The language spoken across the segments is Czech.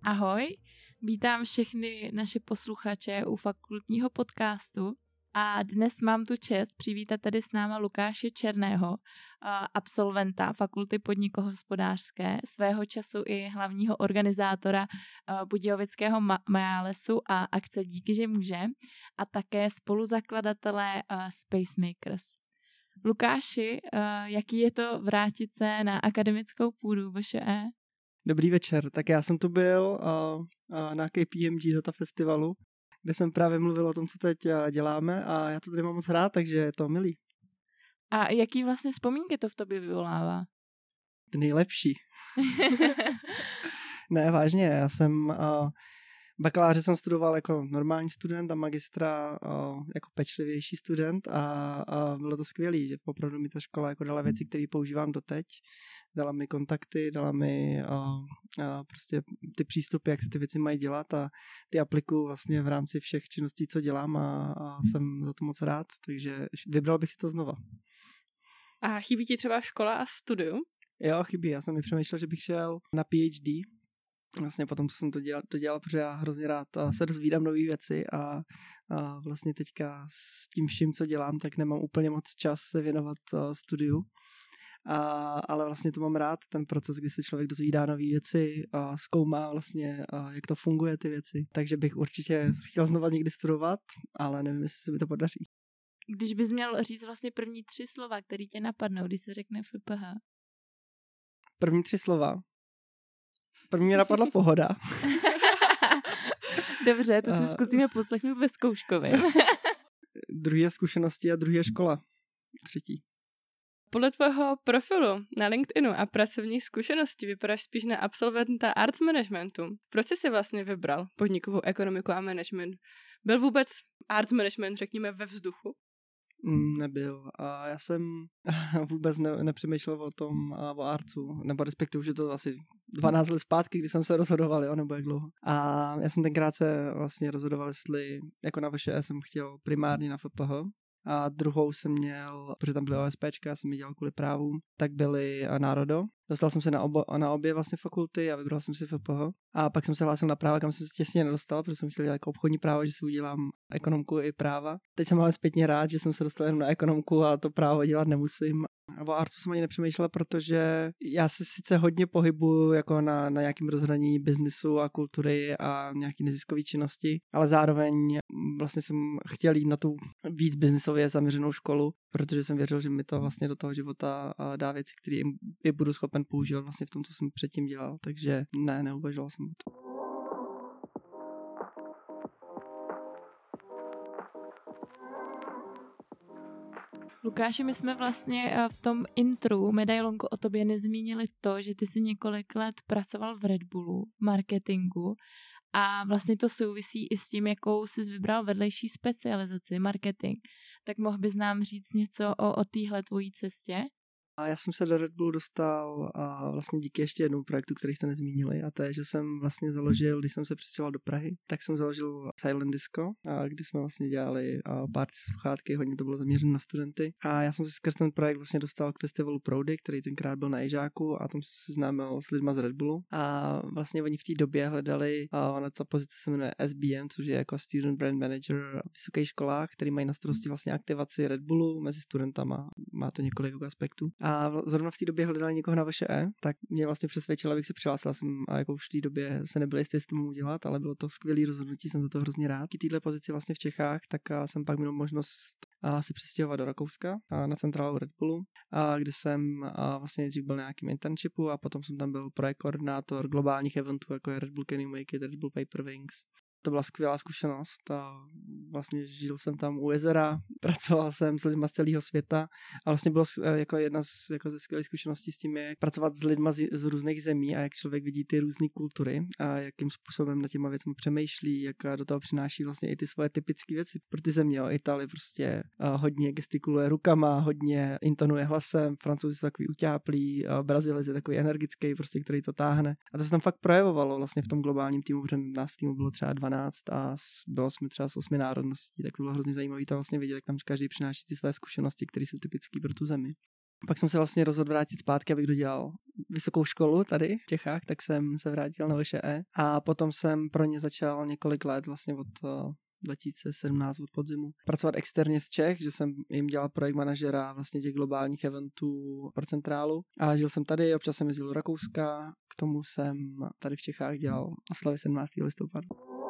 Ahoj, vítám všechny naše posluchače u fakultního podcastu a dnes mám tu čest přivítat tady s náma Lukáše Černého, absolventa Fakulty podnikohospodářské, svého času i hlavního organizátora Budějovického Majálesu a akce Díky, že může a také spoluzakladatele Spacemakers. Lukáši, jaký je to vrátit se na akademickou půdu VŠE? Dobrý večer, tak já jsem tu byl na KPMG Data Festivalu, kde jsem právě mluvil o tom, co teď děláme a já to tady mám moc rád, takže je to milý. A jaký vlastně vzpomínky to v tobě vyvolává? Ty nejlepší. Ne, vážně, já jsem bakaláře jsem studoval jako normální student a magistra jako pečlivější student a bylo to skvělý, že opravdu mi ta škola jako dala věci, které používám doteď. Dala mi kontakty, dala mi prostě ty přístupy, jak se ty věci mají dělat a ty aplikuju vlastně v rámci všech činností, co dělám a jsem za to moc rád, takže vybral bych si to znova. A chybí ti třeba škola a studium? Jo, chybí. Já jsem i přemýšlel, že bych šel na PhD. Vlastně potom, co jsem to dělal, protože já hrozně rád se dozvídám nové věci a vlastně teďka s tím vším, co dělám, tak nemám úplně moc čas se věnovat studiu. Ale vlastně to mám rád, ten proces, kdy se člověk dozvídá nové věci a zkoumá vlastně, jak to funguje ty věci. Takže bych určitě chtěl znova někdy studovat, ale nevím, jestli se mi to podaří. Když bys měl říct vlastně první 3 slova, které tě napadnou, když se řekne FPH. První 3 slova. První mě napadla pohoda. Dobře, to si zkusíme poslechnout ve zkouškově. Druhý je zkušenosti a druhý je škola. Třetí. Podle tvého profilu na LinkedInu a pracovních zkušeností vypadáš spíš na absolventa arts managementu. Proč jsi vlastně vybral podnikovou ekonomiku a management? Byl vůbec arts management, řekněme, ve vzduchu? Nebyl. A já jsem vůbec nepřemýšlel o artsu, nebo respektive už je to asi 12 let zpátky, kdy jsem se rozhodoval, jo, nebo jak dlouho. A já jsem tenkrát se vlastně rozhodoval, jestli jako na VŠE jsem chtěl primárně na FPH, a druhou jsem měl, protože tam byly OSPčka, já jsem ji dělal kvůli právům, tak byly národo. Dostal jsem se na obě vlastně fakulty a vybral jsem si FPH. A pak jsem se hlásil na práva, kam jsem se těsně nedostal, protože jsem chtěl dělat jako obchodní právo, že si udělám ekonomku i práva. Teď jsem ale zpětně rád, že jsem se dostal jenom na ekonomku a to právo dělat nemusím. A o artu jsem ani nepřemýšlel, protože já se sice hodně pohybuju jako na nějakém rozhraní biznisu a kultury a nějaký neziskový činnosti, ale zároveň vlastně jsem chtěl jít na tu víc biznisově zaměřenou školu, protože jsem věřil, že mi to vlastně do toho života dá věci, které i budu schopen používat vlastně v tom, co jsem předtím dělal, takže neuvažoval jsem o tom. Lukáši, my jsme vlastně v tom intru medailonku o tobě nezmínili to, že ty jsi několik let pracoval v Red Bullu, marketingu a vlastně to souvisí i s tím, jakou jsi vybral vedlejší specializaci, marketing. Tak mohl bys nám říct něco o téhle tvojí cestě? A já jsem se do Red Bullu dostal vlastně díky ještě jednou projektu, který jste nezmínili, a to je, že jsem vlastně založil, když jsem se přestěhoval do Prahy, tak jsem založil Silent Disco, kdy jsme vlastně dělali party sluchátky, hodně to bylo zaměřené na studenty a já jsem se skrz ten projekt vlastně dostal k festivalu Proudy, který tenkrát byl na Ježáku a tam jsem se seznámil s lidma z Red Bullu a vlastně oni v té době hledali, ona ta pozice se jmenuje SBM, což je jako Student Brand Manager v vysokých školách, který mají na starosti vlastně aktivaci Red Bullu mezi studentama, má to několik aspektů. A zrovna v té době hledali někoho na VŠE, tak mě vlastně přesvědčila, abych se přihlásil. Jsem a jako už v té době se nebyl jistý, jestli to mohu dělat, ale bylo to skvělý rozhodnutí, jsem za to hrozně rád. I téhle pozici vlastně v Čechách, tak jsem pak měl možnost se přestěhovat do Rakouska na centrálu Red Bullu, kde jsem vlastně nejdřív byl na nějakým internshipu a potom jsem tam byl projekt koordinátor globálních eventů, jako je Red Bull Can You Make It, Red Bull Paper Wings. To byla skvělá zkušenost a vlastně žil jsem tam u jezera, pracoval jsem s lidmi z celého světa a vlastně bylo jako jedna ze skvělých zkušeností s tím je pracovat s lidmi z různých zemí a jak člověk vidí ty různé kultury a jakým způsobem na těma věcmi přemýšlí, jak do toho přináší vlastně i ty svoje typické věci pro ty země. Itálie prostě hodně gestikuluje rukama, hodně intonuje hlasem, Francouzi jsou takový utáplí, Brazilec je takový energický, prostě, který to táhne. A to se tam fakt projevovalo vlastně v tom globálním týmu, protože nás v týmu bylo třeba 12 a bylo jsme třeba z 8 národností, tak to bylo hrozně zajímavé to vlastně vidět, jak tam každý přináší ty své zkušenosti, které jsou typické pro tu zemi. Pak jsem se vlastně rozhodl vrátit zpátky, abych dodělal vysokou školu tady v Čechách, tak jsem se vrátil na VŠE a potom jsem pro ně začal několik let vlastně od 2017 od podzimu pracovat externě z Čech, že jsem jim dělal projekt manažera vlastně těch globálních eventů pro centrálu a žil jsem tady, občas jsem jezdil do Rakouska, k tomu jsem tady v Čechách dělal oslavy 17. listopadu.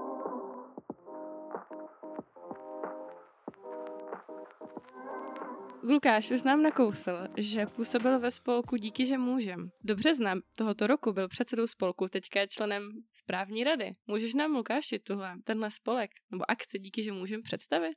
Lukáš už nám nakousl, že působil ve spolku Díky, že můžem. Do března tohoto roku byl předsedou spolku, teďka je členem správní rady. Můžeš nám, Lukáši, tenhle spolek nebo akci Díky, že můžem představit?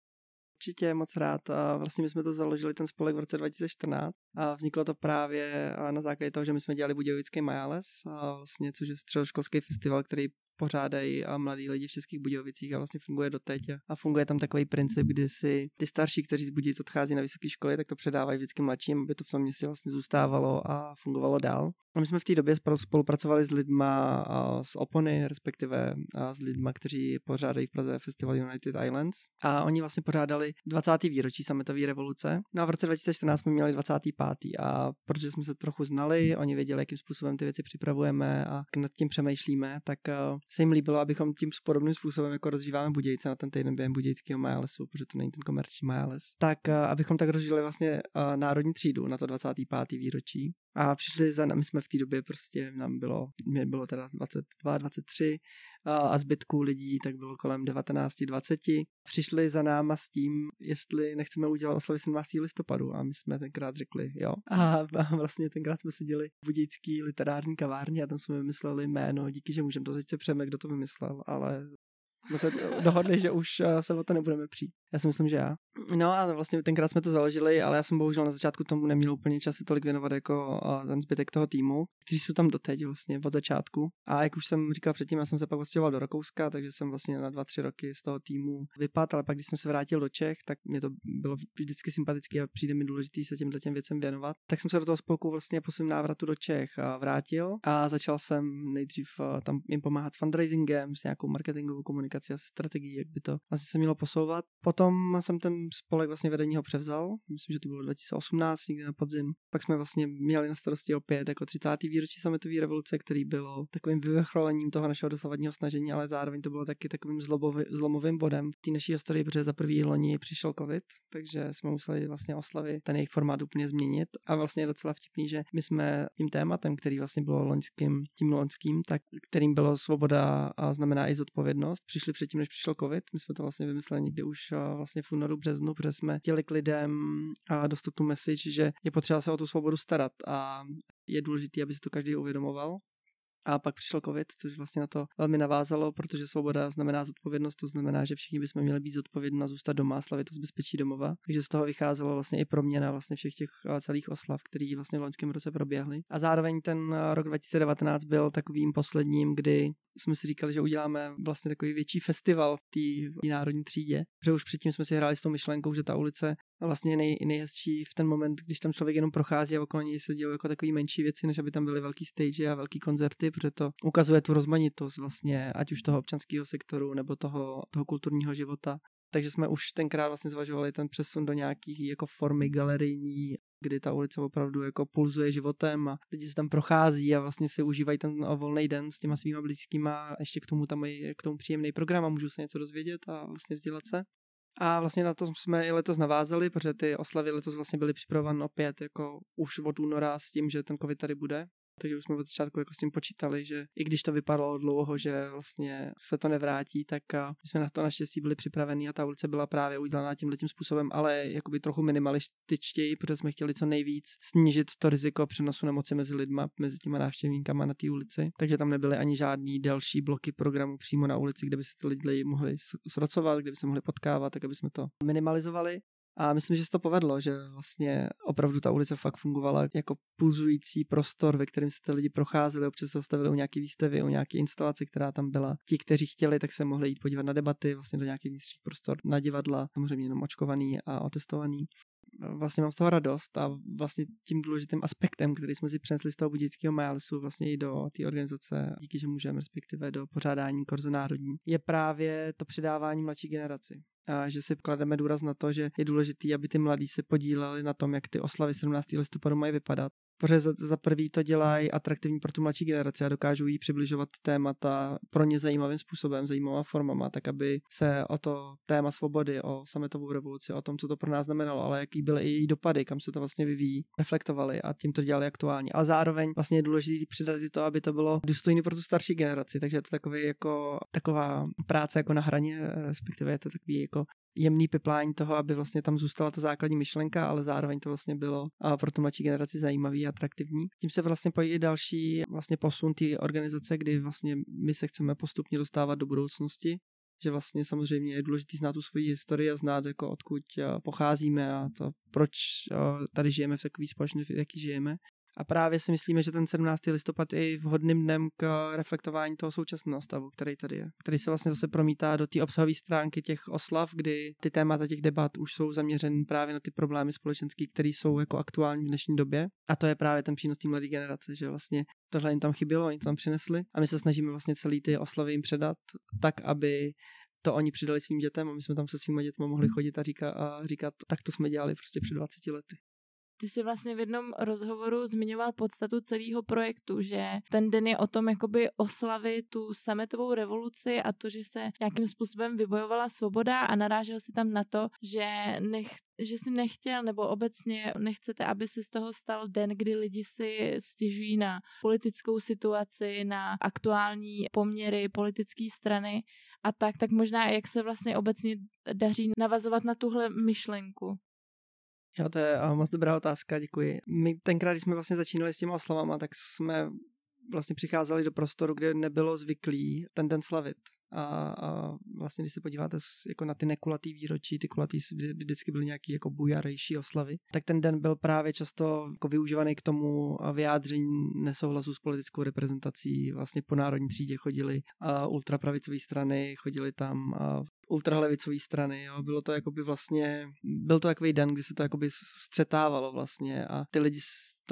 Určitě moc rád. A vlastně my jsme to založili, ten spolek v roce 2014 a vzniklo to právě na základě toho, že my jsme dělali Budějovický Majales, vlastně, což je středoškolský festival, který pořádají a mladí lidi v Českých Budějovicích a vlastně funguje doteď. A funguje tam takový princip, kdy si ty starší, kteří z Budějovic odchází na vysoké školy, tak to předávají vždycky mladším, aby to v tom městě vlastně zůstávalo a fungovalo dál. A my jsme v té době spolupracovali s lidma z Opony, respektive s lidma, kteří pořádají v Praze festival United Islands. A oni vlastně pořádali 20. výročí sametové revoluce. No a v roce 2014 jsme měli 25. A protože jsme se trochu znali, oni věděli, jakým způsobem ty věci připravujeme a nad tím přemýšlíme, tak se jim líbilo, abychom tím podobným způsobem jako rozžíváme Budějce na ten týden během budějického Majalesu, protože to není ten komerční Majales. Tak abychom tak rozžili vlastně národní třídu na to 25. výročí. A přišli za námi, jsme v té době prostě, mě bylo teda 22, 23 a zbytku lidí tak bylo kolem 19, 20. Přišli za náma s tím, jestli nechceme udělat oslavy 17. listopadu a my jsme tenkrát řekli jo. A vlastně tenkrát jsme seděli v budějické literární kavárně a tam jsme vymysleli jméno, díky, že můžeme, to teď se přeme, kdo to vymyslel, ale jsme se dohodli, že už se o to nebudeme přijít. Já si myslím, že já. No a vlastně tenkrát jsme to založili, ale já jsem bohužel na začátku tomu neměl úplně čas se tolik věnovat jako ten zbytek toho týmu, kteří jsou tam doteď vlastně od začátku. A jak už jsem říkal předtím, já jsem se pak odstěhoval do Rakouska, takže jsem vlastně na 2-3 roky z toho týmu vypadl, ale pak když jsem se vrátil do Čech, tak mě to bylo vždycky sympatické a přijde mi důležitý se těm věcem věnovat. Tak jsem se do toho spolku vlastně po svém návratu do Čech vrátil a začal jsem nejdřív tam jim pomáhat s fundraisingem, s nějakou marketingovou komunikací a se strategií, jak by to vlastně se mělo posouvat. Potom jsem ten spolek vlastně vedení ho převzal, myslím, že to bylo 2018, někdy na podzim. Pak jsme vlastně měli na starosti opět jako 30. výročí sametové revoluce, který bylo takovým vyvrcholením toho našeho dosavadního snažení, ale zároveň to bylo taky takovým zlomovým bodem v té naší historii, protože za první loni přišel covid, takže jsme museli vlastně oslavy ten jejich formát úplně změnit a vlastně je docela vtipný, že my jsme tím tématem, který vlastně bylo tím loňským, tak kterým bylo svoboda a znamená i zodpovědnost, přišli předtím, než přišel covid. My jsme to vlastně vymysleli někdy už vlastně v únoru, březnu, protože jsme chtěli k lidem dostat tu message, že je potřeba se o tu svobodu starat a je důležité, aby si to každý uvědomoval. A pak přišel covid, což vlastně na to velmi navázalo, protože svoboda znamená zodpovědnost, to znamená, že všichni bychom měli být zodpovědní a zůstat doma a slavit to z bezpečí domova. Takže z toho vycházelo vlastně i proměna vlastně všech těch celých oslav, které vlastně v loňském roce proběhly. A zároveň ten rok 2019 byl takovým posledním, kdy jsme si říkali, že uděláme vlastně takový větší festival v té národní třídě. Protože už předtím jsme si hráli s tou myšlenkou, že ta ulice vlastně nejhezčí v ten moment, když tam člověk jenom prochází a okolo něj se dějou jako takový menší věci, než aby tam byly velký stage a velký koncerty, protože to ukazuje tu rozmanitost vlastně, ať už toho občanského sektoru nebo toho kulturního života. Takže jsme už tenkrát vlastně zvažovali ten přesun do nějakých jako formy galerijní, kdy ta ulice opravdu jako pulzuje životem a lidi se tam prochází a vlastně si užívají ten volný den s těma svýma blízkýma a ještě k tomu tam mají k tomu příjemný program a můžou se něco dozvědět a vlastně vzdělat se. A vlastně na to jsme i letos navázali, protože ty oslavy letos vlastně byly připravovány opět jako už od února s tím, že ten covid tady bude. Takže už jsme od začátku jako s tím počítali, že i když to vypadalo dlouho, že vlastně se to nevrátí, tak my jsme na to naštěstí byli připraveni a ta ulice byla právě udělaná tímhletím způsobem, ale jakoby trochu minimalističtěji, protože jsme chtěli co nejvíc snížit to riziko přenosu nemoci mezi lidma, mezi těma návštěvníkama na té ulici. Takže tam nebyly ani žádný další bloky programu přímo na ulici, kde by se ty lidi mohli srocovat, kde by se mohli potkávat, tak aby jsme to minimalizovali. A myslím, že se to povedlo, že vlastně opravdu ta ulice fakt fungovala jako pulzující prostor, ve kterém se ty lidi procházeli, občas se zastavili u nějaké výstavy, u nějaké instalace, která tam byla. Ti, kteří chtěli, tak se mohli jít podívat na debaty, vlastně do nějakých vnitřních prostor, na divadla, samozřejmě jenom očkovaný a otestovaný. Vlastně mám z toho radost a vlastně tím důležitým aspektem, který jsme si přinesli z toho budějického Majalesu vlastně i do té organizace Díky, že můžeme, respektive do pořádání Korzo národní, je právě to předávání mladší generaci. a že si klademe důraz na to, že je důležité, aby ty mladí se podíleli na tom, jak ty oslavy 17. listopadu mají vypadat. Protože za prvý to dělají atraktivní pro tu mladší generaci a dokážou jí přibližovat témata pro ně zajímavým způsobem, zajímavá formama, tak aby se o to téma svobody, o sametovou revoluci, o tom, co to pro nás znamenalo, ale jaký byly i její dopady, kam se to vlastně vyvíjí, reflektovali a tím to dělali aktuálně. A zároveň vlastně je důležité přidat i to, aby to bylo důstojné pro tu starší generaci, takže je to takový jako taková práce jako na hraně, respektive je to takový jako jemný piplání toho, aby vlastně tam zůstala ta základní myšlenka, ale zároveň to vlastně bylo pro tu mladší generaci zajímavý a atraktivní. Tím se vlastně pojí i další vlastně posun té organizace, kdy vlastně my se chceme postupně dostávat do budoucnosti, že vlastně samozřejmě je důležité znát tu svoji historii a znát jako odkud pocházíme a to, proč tady žijeme v takové společnosti, v jaký žijeme. A právě si myslíme, že ten 17. listopad je vhodným dnem k reflektování toho současného stavu, který tady je. Který se vlastně zase promítá do té obsahové stránky těch oslav, kdy ty témata těch debat už jsou zaměřeny právě na ty problémy společenské, které jsou jako aktuální v dnešní době. A to je právě ten přínos té mladé generace, že vlastně tohle jim tam chybělo, oni to tam přinesli a my se snažíme vlastně celý ty oslavy jim předat tak, aby to oni přidali svým dětem a my jsme tam se svýma dětmi mohli chodit a říkat, tak to jsme dělali prostě před 20 lety. Ty jsi vlastně v jednom rozhovoru zmiňoval podstatu celého projektu, že ten den je o tom jakoby oslavit tu sametovou revoluci a to, že se nějakým způsobem vybojovala svoboda a narážel si tam na to, že si nechtěl nebo obecně nechcete, aby se z toho stal den, kdy lidi si stěžují na politickou situaci, na aktuální poměry politické strany a tak možná jak se vlastně obecně daří navazovat na tuhle myšlenku. Jo, to je moc dobrá otázka, děkuji. My tenkrát, když jsme vlastně začínali s těma oslavama, tak jsme vlastně přicházeli do prostoru, kde nebylo zvyklý ten den slavit. A vlastně, když se podíváte jako na ty nekulatý výročí, ty kulatý vždycky byly nějaký jako bujarejší oslavy, tak ten den byl právě často jako využívaný k tomu vyjádření nesouhlasu s politickou reprezentací. Vlastně po národní třídě chodili ultrapravicové strany, chodili tam ultralevicové strany, jo. Bylo to jakoby vlastně, byl to takový den, kdy se to jakoby střetávalo vlastně a ty lidi to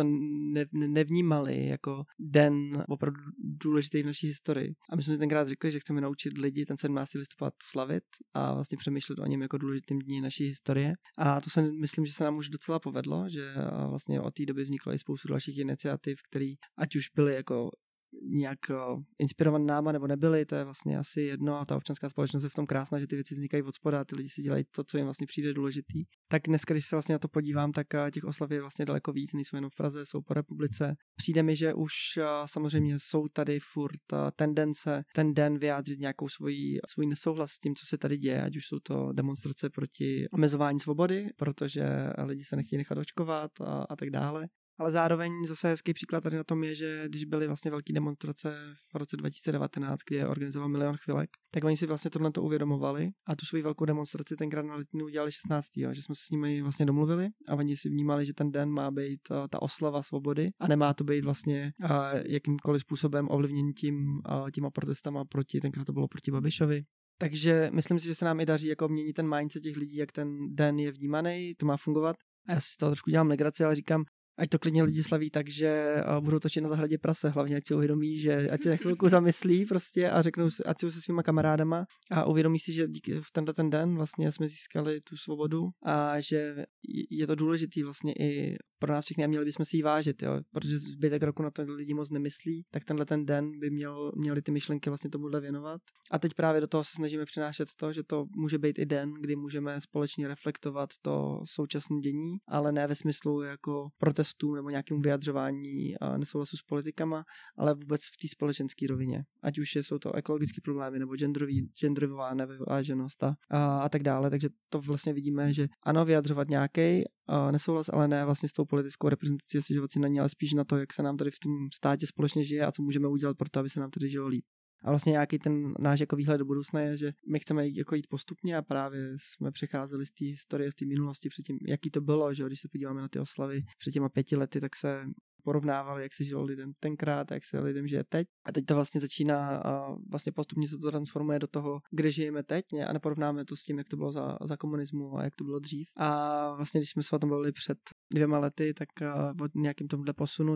nevnímali jako den opravdu důležitý v naší historii. A my jsme si tenkrát řekli, že chceme naučit lidi ten 17. listopad slavit a vlastně přemýšlet o něm jako důležitým dní naší historie. A to si myslím, že se nám už docela povedlo, že vlastně od té doby vzniklo i spoustu dalších iniciativ, které ať už byly jako nějak inspirovaný náma nebo nebyli, to je vlastně asi jedno a ta občanská společnost je v tom krásná, že ty věci vznikají od spoda a ty lidi si dělají to, co jim vlastně přijde důležitý. Tak dneska, když se vlastně na to podívám, tak těch oslav je vlastně daleko víc, nejsou jenom v Praze, jsou po republice. Přijde mi, že už samozřejmě jsou tady furt tendence ten den vyjádřit nějakou svůj nesouhlas s tím, co se tady děje, ať už jsou to demonstrace proti omezování svobody, protože lidi se nechtějí nechat očkovat a tak dále. Ale zároveň zase hezký příklad tady na tom je, že když byly vlastně velké demonstrace v roce 2019, kdy je organizoval Milion chvilek, tak oni si vlastně tohle to uvědomovali a tu svou velkou demonstraci tenkrát na Letňu udělali 16. Že jsme se s nimi vlastně domluvili a oni si vnímali, že ten den má být ta oslava svobody a nemá to být vlastně jakýmkoliv způsobem ovlivnění těma protestama tenkrát to bylo proti Babišovi. Takže myslím si, že se nám i daří jako měnit ten mindset těch lidí, jak ten den je vnímaný, to má fungovat. A já si z toho trošku dělám legraci, ale říkám, ať to klidně lidi slaví tak, že budou točit na zahradě prase, hlavně ať si uvědomí, že ať se na chvilku zamyslí prostě a řeknou si, ať jsou se svýma kamarádama a uvědomí si, že díky v ten den vlastně jsme získali tu svobodu a že je to důležitý vlastně i pro nás všechny a měli bychom si ji vážit, jo? Protože zbytek roku na to lidi moc nemyslí, tak ten den by měli ty myšlenky vlastně tomuhle věnovat. A teď právě do toho se snažíme přinášet to, že to může být i den, kdy můžeme společně reflektovat to současné dění, ale ne ve smyslu jako protestů nebo nějakému vyjadřování nesouhlasu s politikama, ale vůbec v té společenské rovině. Ať už jsou to ekologické problémy nebo genderová nevyváženost a tak dále. Takže to vlastně vidíme, že ano, vyjadřovat nějaký nesouhlas, ale ne vlastně s tou politickou reprezentací a stěžovat si na ní, ale spíš na to, jak se nám tady v tom státě společně žije a co můžeme udělat pro to, aby se nám tady žilo líp. A vlastně nějaký ten náš jako výhled do budoucna je, že my chceme jako jít postupně a právě jsme přecházeli z té historie, z té minulosti předtím, jaký to bylo, že když se podíváme na ty oslavy před těma 5 lety, tak se porovnávali, jak se žilo lidem tenkrát a jak se lidem žije teď. A teď to vlastně začíná a vlastně postupně se to transformuje do toho, kde žijeme teď, a neporovnáme to s tím, jak to bylo za komunismu a jak to bylo dřív. A vlastně, když jsme se o tom bavili před 2 lety, tak o nějakým tomhle posunu, tak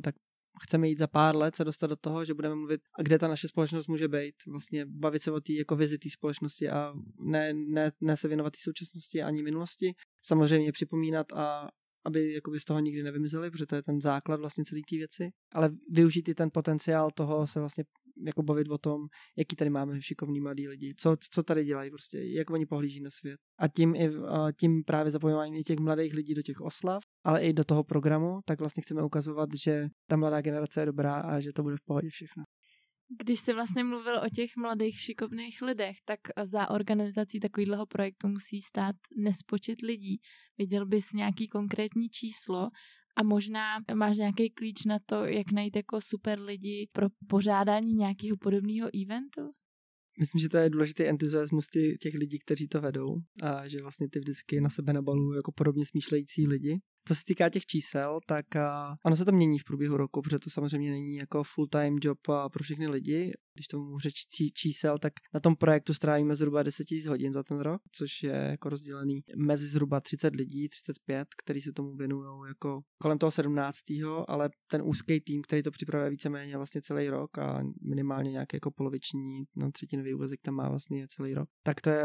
chceme jít za pár let, se dostat do toho, že budeme mluvit, a kde ta naše společnost může být, vlastně bavit se o té jako vizi té společnosti a ne se věnovat té současnosti ani minulosti. Samozřejmě připomínat a aby jakoby z toho nikdy nevymizeli, protože to je ten základ vlastně celé té věci, ale využít i ten potenciál toho se vlastně jako bavit o tom, jaký tady máme šikovný mladí lidi, co tady dělají prostě, jak oni pohlíží na svět. A tím právě zapojováním i těch mladých lidí do těch oslav, ale i do toho programu, tak vlastně chceme ukazovat, že ta mladá generace je dobrá a že to bude v pohodě všechno. Když jsi vlastně mluvil o těch mladých šikovných lidech, tak za organizací takového projektu musí stát nespočet lidí. Viděl bys nějaký konkrétní číslo a možná máš nějaký klíč na to, jak najít jako super lidi pro pořádání nějakého podobného eventu? Myslím, že to je důležitý entuziasmus těch lidí, kteří to vedou a že vlastně ty vždycky na sebe nabalují jako podobně smýšlející lidi. Co se týká těch čísel, tak ono se to mění v průběhu roku, protože to samozřejmě není jako full-time job pro všechny lidi. Když tomu řeč čísel, tak na tom projektu strávíme zhruba 10 000 hodin za ten rok, což je jako rozdělený mezi zhruba 30 lidí, 35, kteří se tomu věnují jako kolem toho 17. ale ten úzký tým, který to připravuje víceméně vlastně celý rok a minimálně nějaký jako poloviční, třetinový úvazek tam má vlastně celý rok. Tak to je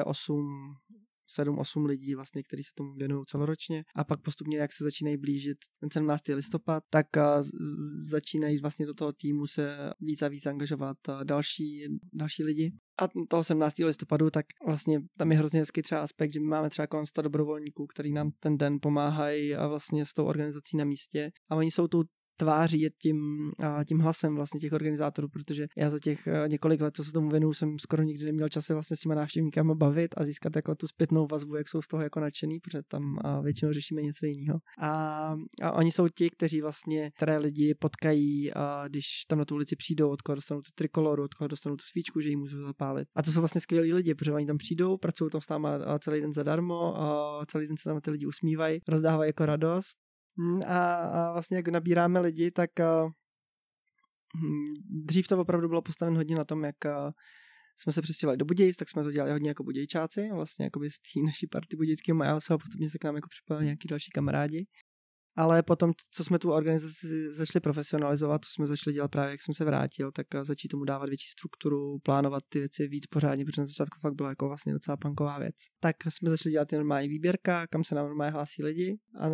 7-8 lidí vlastně, kteří se tomu věnují celoročně a pak postupně, jak se začínají blížit ten 17. listopad, tak začínají vlastně do toho týmu se víc a víc angažovat další lidi. A toho 17. listopadu, tak vlastně tam je hrozně hezký třeba aspekt, že my máme třeba kolem 100 dobrovolníků, který nám ten den pomáhají a vlastně s tou organizací na místě a oni jsou tu tváří je tím hlasem vlastně těch organizátorů, protože já za těch několik let, co se tomu věnuju, jsem skoro nikdy neměl čas se vlastně s těma návštěvníkama bavit a získat jako tu zpětnou vazbu, jak jsou z toho jako nadšený, protože tam většinou řešíme něco jiného. A oni jsou ti, kteří vlastně které lidi potkají, když tam na tu ulici přijdou, od koho dostanou tu trikoloru, od koho dostanou tu svíčku, že ji můžou zapálit. A to jsou vlastně skvělí lidi, protože oni tam přijdou, pracují tam s náma celý den zadarmo, a celý den se tam ty lidi usmívají, rozdávají jako radost. A vlastně jak nabíráme lidi, tak dřív to opravdu bylo postaveno hodně na tom, jak jsme se přestěhovali do Budějic, tak jsme to dělali hodně jako Budějčáci, vlastně jako by z té naší party budějického Majásu a postupně se k nám jako připojili nějaký další kamarádi. Ale potom, co jsme tu organizaci začali profesionalizovat, to jsme začali dělat právě, jak jsem se vrátil, tak začít tomu dávat větší strukturu, plánovat ty věci víc pořádně, protože na začátku fakt byla jako vlastně docela punková věc. Tak jsme začali dělat ty normální výběrka, kam se nám normálně hlásí lidi a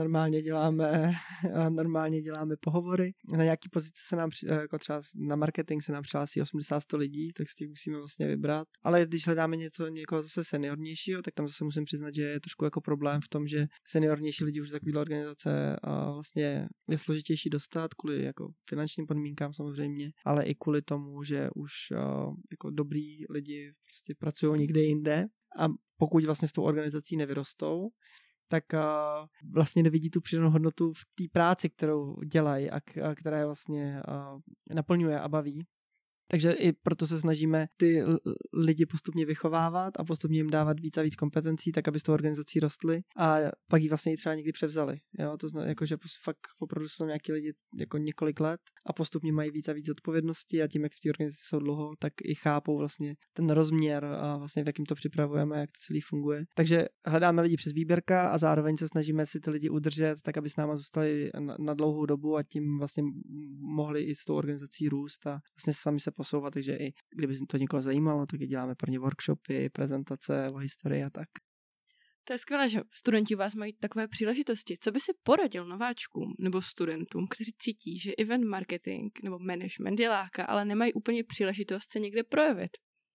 normálně děláme pohovory. Na nějaký pozici se nám, jako třeba na marketing se nám přihlásí 80-100 lidí, tak z těch musíme vlastně vybrat. Ale když hledáme někoho zase seniornějšího, tak tam zase musím přiznat, že je trošku jako problém v tom, že seniornější lidi už takovýhle organizace a vlastně je složitější dostat kvůli jako finančním podmínkám samozřejmě, ale i kvůli tomu, že už jako dobrý lidi prostě pracují někde jinde a pokud vlastně s tou organizací nevyrostou, tak vlastně nevidí tu přidanou hodnotu v té práci, kterou dělají a která je vlastně naplňuje a baví. Takže i proto se snažíme ty lidi postupně vychovávat a postupně jim dávat víc a víc kompetencí, tak aby z toho organizací rostly a pak ji vlastně i třeba někdy převzali. Jo? To znamená, jako, že fakt opravdu jsou nějaký lidi jako několik let a postupně mají víc a víc odpovědnosti a tím, jak v té organizaci jsou dlouho, tak i chápou vlastně ten rozměr a vlastně v jakým to připravujeme, jak to celý funguje. Takže hledáme lidi přes výběrka a zároveň se snažíme si ty lidi udržet, tak aby s náma zůstali na dlouhou dobu a tím vlastně mohli i s tou organizací růst a vlastně sami se posouvat, takže i kdyby to někoho zajímalo, tak děláme pro ně workshopy, prezentace o historii a tak. To je skvělé, že studenti u vás mají takové příležitosti. Co by si poradil nováčkům nebo studentům, kteří cítí, že event marketing nebo management je láká, ale nemají úplně příležitost se někde projevit?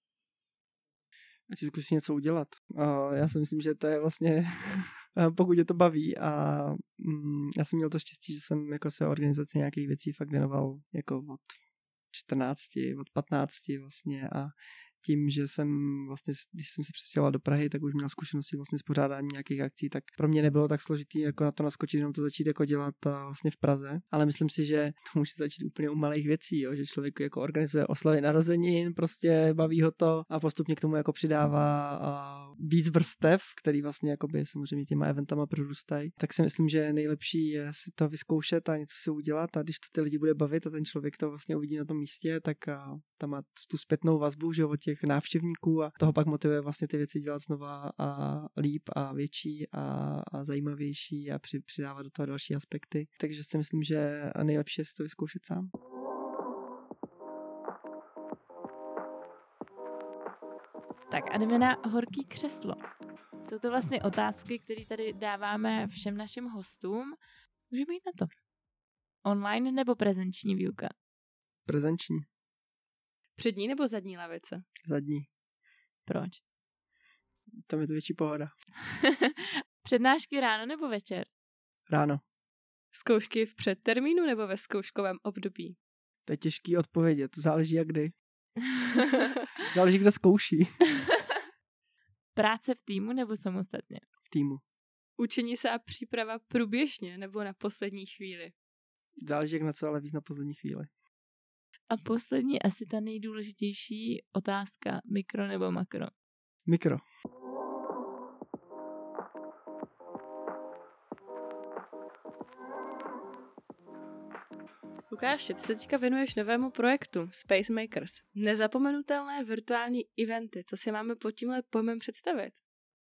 Ať si zkusí něco udělat. Já si myslím, že to je vlastně, pokud je to baví a já jsem měl to štěstí, že jsem jako se organizaci nějakých věcí fakt věnoval jako od 14, od 15 vlastně a tím, že jsem vlastně, když jsem se přestěhoval do Prahy, tak už měl zkušenosti vlastně s pořádáním nějakých akcí, tak pro mě nebylo tak složitý jako na to naskočit, jenom to začít jako dělat vlastně v Praze, ale myslím si, že to může začít úplně u malých věcí, jo? Že člověk jako organizuje oslavy narozenin, prostě baví ho to a postupně k tomu jako přidává víc vrstev, který vlastně jakoby samozřejmě těma eventama prorůstají, tak si myslím, že nejlepší je si to vyzkoušet a něco si udělat a když to ty lidi bude bavit a ten člověk to vlastně uvidí na tom místě, tak tam má tu zpětnou vazbu, že od těch návštěvníků a toho pak motivuje vlastně ty věci dělat znova a líp a větší a zajímavější a přidávat do toho další aspekty. Takže si myslím, že nejlepší je si to vyzkoušet sám. Tak a jdeme na horký křeslo. Jsou to vlastně otázky, které tady dáváme všem našim hostům. Můžeme jít na to. Online nebo prezenční výuka? Prezenční. Přední nebo zadní lavice? Zadní. Proč? Tam je to větší pohoda. Přednášky ráno nebo večer? Ráno. Zkoušky v předtermínu nebo ve zkouškovém období? To je těžký odpovědět. Záleží jak kdy. Záleží, kdo zkouší. Práce v týmu nebo samostatně? V týmu. Učení se a příprava průběžně nebo na poslední chvíli? Záleží jak na co, ale víc na poslední chvíli. A poslední, asi ta nejdůležitější otázka, mikro nebo makro? Mikro. Lukáši, ty se teďka věnuješ novému projektu Space Makers. Nezapomenutelné virtuální eventy. Co si máme pod tímhle pojmem představit?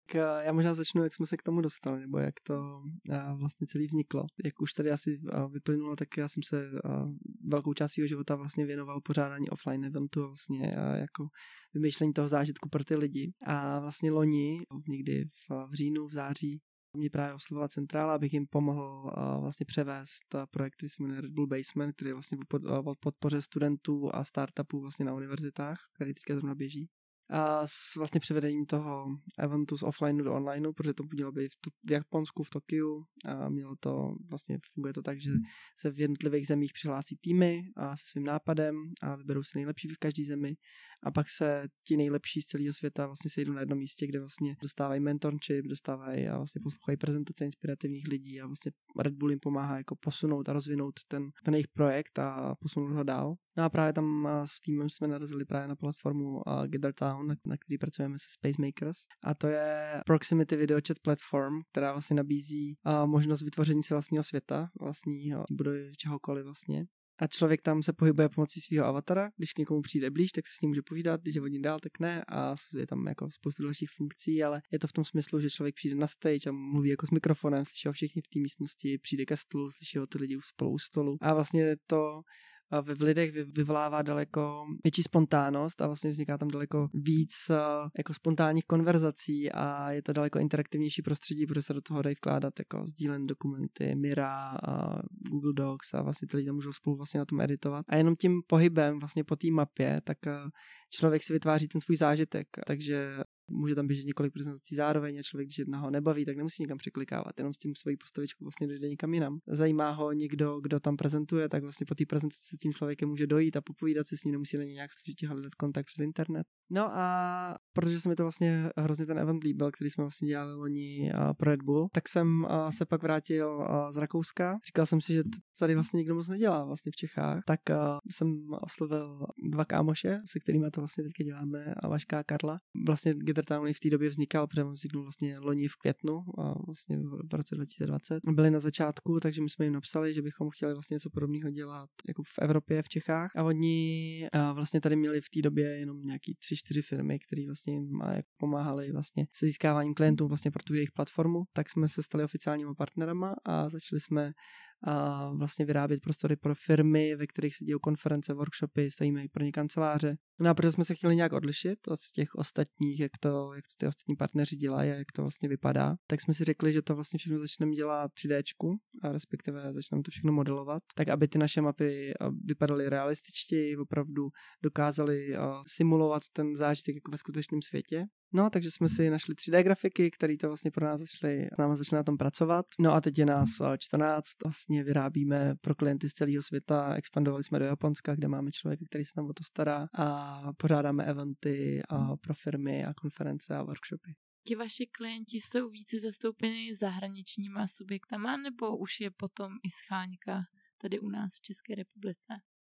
Já možná začnu, jak jsme se k tomu dostali, nebo jak to vlastně celý vzniklo. Jak už tady asi vyplynulo, tak já jsem se velkou část svého života vlastně věnoval pořádání offline eventu a vlastně jako vymýšlení toho zážitku pro ty lidi. A vlastně loni, někdy v říjnu, v září, mě právě oslovila centrála, abych jim pomohl vlastně převést projekt, který se jmenuje Red Bull Basement, který je vlastně o podpoře studentů a startupů vlastně na univerzitách, který teďka zrovna běží. A s vlastně převedením toho eventu z offlineu do onlineu, protože to mělo být v Japonsku, v Tokiu a mělo to, vlastně funguje to tak, že se v jednotlivých zemích přihlásí týmy a se svým nápadem a vyberou si nejlepší v každé zemi a pak se ti nejlepší z celého světa vlastně sejdou na jednom místě, kde vlastně dostávají mentorship, dostávají a vlastně poslouchají prezentace inspirativních lidí a vlastně Red Bull jim pomáhá jako posunout a rozvinout ten jejich projekt a posunout ho dál. No a právě tam s týmem jsme narazili právě na platformu Gather Town, na který pracujeme se Space Makers. A to je Proximity Video Chat Platform, která vlastně nabízí možnost vytvoření si vlastního světa, vlastního budovy čehokoliv vlastně. A člověk tam se pohybuje pomocí svého avatara, když k někomu přijde blíž, tak se s ním může povídat, když je od ní dál, tak ne a je tam jako spoustu dalších funkcí, ale je to v tom smyslu, že člověk přijde na stage a mluví jako s mikrofonem, slyší ho všichni v té místnosti, přijde ke stolu, slyší ho ty lidi spolu u stolu a vlastně to v lidech vyvolává daleko větší spontánnost a vlastně vzniká tam daleko víc jako spontánních konverzací a je to daleko interaktivnější prostředí, protože se do toho dají vkládat jako sdílené dokumenty, Mira, Google Docs a vlastně ty lidi můžou spolu vlastně na tom editovat. A jenom tím pohybem vlastně po té mapě, tak člověk si vytváří ten svůj zážitek, takže může tam běžet několik prezentací zároveň a člověk, když jedna ho nebaví, tak nemusí nikam překlikávat, jenom s tím svojí postavičkou vlastně dojde někam jinam. Zajímá ho někdo, kdo tam prezentuje, tak vlastně po té prezentaci s tím člověkem může dojít a popovídat si s ním, nemusí na něj nějak složitě hledat kontakt přes internet. No a protože se mi to vlastně hrozně ten event líbil, který jsme vlastně dělali loni pro Red Bull, tak jsem se pak vrátil z Rakouska. Říkal jsem si, že tady vlastně nikdo moc nedělá vlastně v Čechách, tak jsem oslovil dva kámoše, se kterými to vlastně teďka děláme, a Vaška a Karla. Vlastně Gather Town v té době vznikal, protože on vzniknul vlastně loni v květnu a vlastně v roce 2020. Byli na začátku, takže my jsme jim napsali, že bychom chtěli vlastně něco podobného dělat jako v Evropě, v Čechách a oni vlastně tady měli v té době jenom nějaký 3-4 firmy, které vlastně jim pomáhali vlastně se získáváním klientů vlastně pro tu jejich platformu, tak jsme se stali oficiálními partnerama a začali jsme vlastně vyrábět prostory pro firmy, ve kterých se dějí konference, workshopy, stavíme i pro ně kanceláře. No a protože jsme se chtěli nějak odlišit od těch ostatních, jak to ty ostatní partneři dělají a jak to vlastně vypadá, tak jsme si řekli, že to vlastně všechno začneme dělat 3Dčku a respektive začneme to všechno modelovat, tak aby ty naše mapy vypadaly realističtěji, opravdu dokázali simulovat ten zážitek jako ve skutečném světě. No, takže jsme si našli 3D grafiky, které to vlastně pro nás začali na tom pracovat. No a teď je nás 14, vlastně vyrábíme pro klienty z celého světa, expandovali jsme do Japonska, kde máme člověka, který se tam o to stará a pořádáme eventy pro firmy a konference a workshopy. Ti vaši klienti jsou více zastoupeni zahraničníma subjektama, nebo už je potom i scháňka tady u nás v České republice?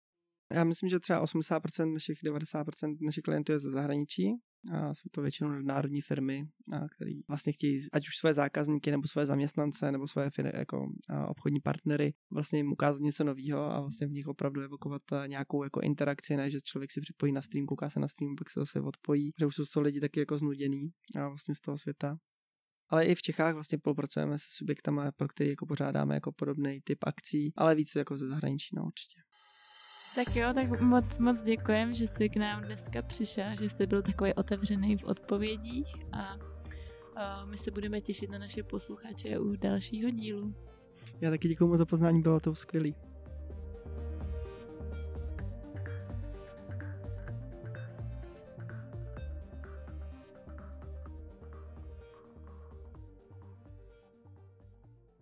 Já myslím, že třeba 80% 90% našich klientů je ze zahraničí. A jsou to většinou národní firmy, které vlastně chtějí, ať už své zákazníky, nebo své zaměstnance, nebo své jako obchodní partnery, vlastně jim ukázat něco nového a vlastně v nich opravdu evokovat nějakou jako interakci, ne, že člověk si připojí na stream, kouká se na stream, pak se zase odpojí, že už jsou to lidi taky jako znuděný a vlastně z toho světa. Ale i v Čechách vlastně spolupracujeme se subjektama, pro který jako pořádáme jako podobný typ akcí, ale více jako ze zahraničí, no určitě. Tak jo, tak moc děkujem, že jsi k nám dneska přišel, že jsi byl takový otevřený v odpovědích a my se budeme těšit na naše posluchače u dalšího dílu. Já taky děkuju moc za poznání, bylo to skvělý.